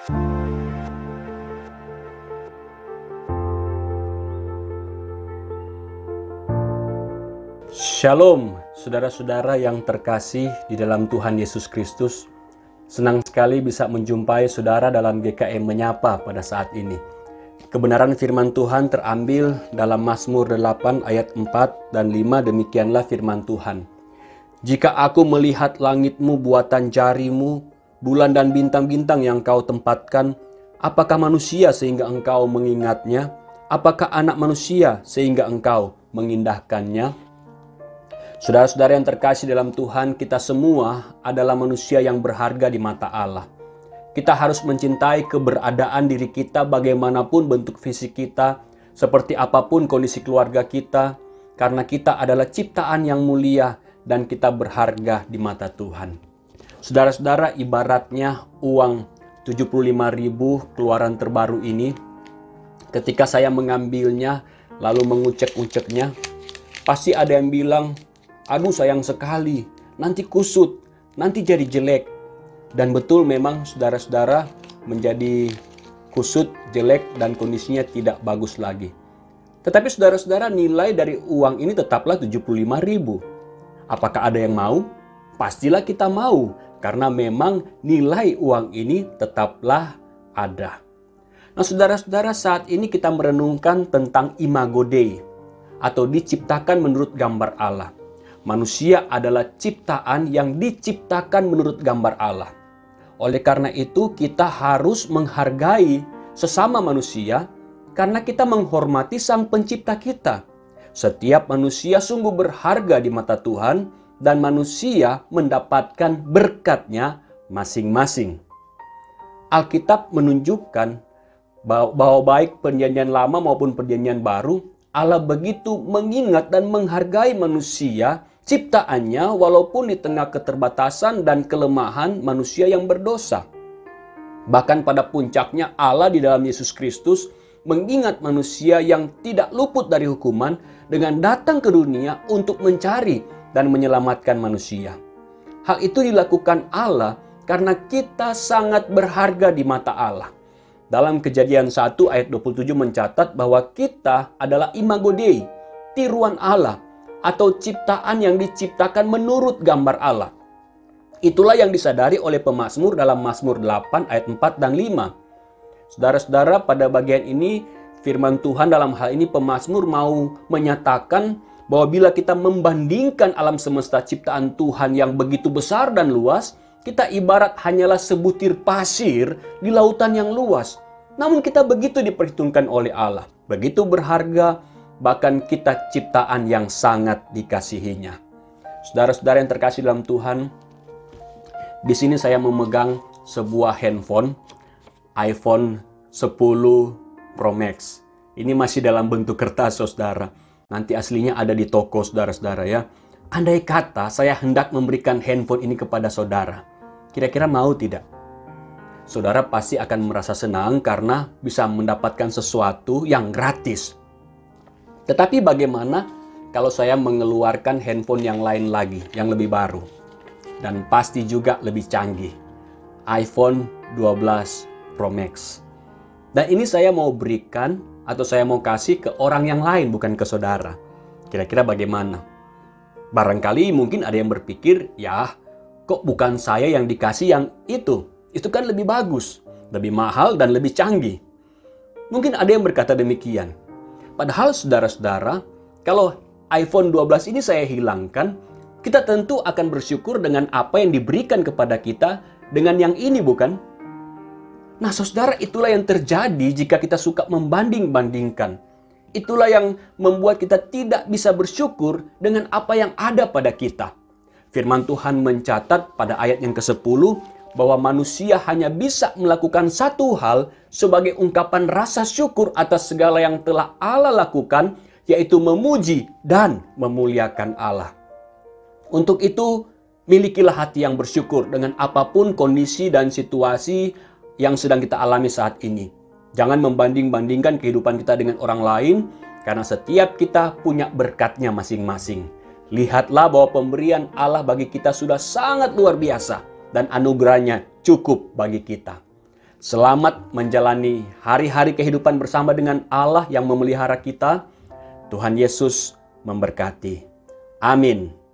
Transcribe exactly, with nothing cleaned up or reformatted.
Shalom, saudara-saudara yang terkasih di dalam Tuhan Yesus Kristus. Senang sekali bisa menjumpai saudara dalam G K M Menyapa pada saat ini. Kebenaran firman Tuhan terambil dalam Mazmur delapan ayat empat dan lima, demikianlah firman Tuhan. Jika aku melihat langitmu buatan jarimu, bulan dan bintang-bintang yang kau tempatkan, apakah manusia sehingga engkau mengingatnya? Apakah anak manusia sehingga engkau mengindahkannya? Saudara-saudara yang terkasih dalam Tuhan, kita semua adalah manusia yang berharga di mata Allah. Kita harus mencintai keberadaan diri kita bagaimanapun bentuk fisik kita, seperti apapun kondisi keluarga kita, karena kita adalah ciptaan yang mulia dan kita berharga di mata Tuhan. Saudara-saudara, ibaratnya uang tujuh puluh lima ribu keluaran terbaru ini, ketika saya mengambilnya lalu mengucek-uceknya, pasti ada yang bilang, aduh sayang sekali, nanti kusut, nanti jadi jelek. Dan betul memang saudara-saudara menjadi kusut, jelek, dan kondisinya tidak bagus lagi. Tetapi saudara-saudara, nilai dari uang ini tetaplah tujuh puluh lima ribu. Apakah ada yang mau? Pastilah kita mau, karena memang nilai uang ini tetaplah ada. Nah saudara-saudara, saat ini kita merenungkan tentang Imago Dei, atau diciptakan menurut gambar Allah. Manusia adalah ciptaan yang diciptakan menurut gambar Allah. Oleh karena itu kita harus menghargai sesama manusia karena kita menghormati Sang Pencipta kita. Setiap manusia sungguh berharga di mata Tuhan dan manusia mendapatkan berkatnya masing-masing. Alkitab menunjukkan bahwa baik perjanjian lama maupun perjanjian baru, Allah begitu mengingat dan menghargai manusia ciptaannya walaupun di tengah keterbatasan dan kelemahan manusia yang berdosa. Bahkan pada puncaknya Allah di dalam Yesus Kristus mengingat manusia yang tidak luput dari hukuman dengan datang ke dunia untuk mencari dan menyelamatkan manusia. Hal itu dilakukan Allah karena kita sangat berharga di mata Allah. Dalam Kejadian satu ayat dua puluh tujuh mencatat bahwa kita adalah Imago Dei, tiruan Allah, atau ciptaan yang diciptakan menurut gambar Allah. Itulah yang disadari oleh pemazmur dalam Mazmur delapan ayat empat dan lima. Saudara-saudara, pada bagian ini firman Tuhan dalam hal ini pemazmur mau menyatakan bahwa bila kita membandingkan alam semesta ciptaan Tuhan yang begitu besar dan luas, kita ibarat hanyalah sebutir pasir di lautan yang luas. Namun kita begitu diperhitungkan oleh Allah, begitu berharga, bahkan kita ciptaan yang sangat dikasihinya. Saudara-saudara yang terkasih dalam Tuhan, di sini saya memegang sebuah handphone iPhone sepuluh Pro Max. Ini masih dalam bentuk kertas, saudara. Nanti aslinya ada di toko, saudara-saudara ya. Andai kata saya hendak memberikan handphone ini kepada saudara, kira-kira mau tidak? Saudara pasti akan merasa senang karena bisa mendapatkan sesuatu yang gratis. Tetapi bagaimana kalau saya mengeluarkan handphone yang lain lagi, yang lebih baru? Dan pasti juga lebih canggih. iPhone dua belas Pro Max. Dan ini saya mau berikan atau saya mau kasih ke orang yang lain, bukan ke saudara. Kira-kira bagaimana? Barangkali mungkin ada yang berpikir, ya kok bukan saya yang dikasih yang itu? Itu kan lebih bagus, lebih mahal dan lebih canggih. Mungkin ada yang berkata demikian. Padahal saudara-saudara, kalau iPhone dua belas ini saya hilangkan, kita tentu akan bersyukur dengan apa yang diberikan kepada kita dengan yang ini, bukan? Nah saudara, itulah yang terjadi jika kita suka membanding-bandingkan. Itulah yang membuat kita tidak bisa bersyukur dengan apa yang ada pada kita. Firman Tuhan mencatat pada ayat yang kesepuluh bahwa manusia hanya bisa melakukan satu hal sebagai ungkapan rasa syukur atas segala yang telah Allah lakukan, yaitu memuji dan memuliakan Allah. Untuk itu, milikilah hati yang bersyukur dengan apapun kondisi dan situasi yang sedang kita alami saat ini. Jangan membanding-bandingkan kehidupan kita dengan orang lain, karena setiap kita punya berkatnya masing-masing. Lihatlah bahwa pemberian Allah bagi kita sudah sangat luar biasa, dan anugerahnya cukup bagi kita. Selamat menjalani hari-hari kehidupan bersama dengan Allah yang memelihara kita. Tuhan Yesus memberkati. Amin.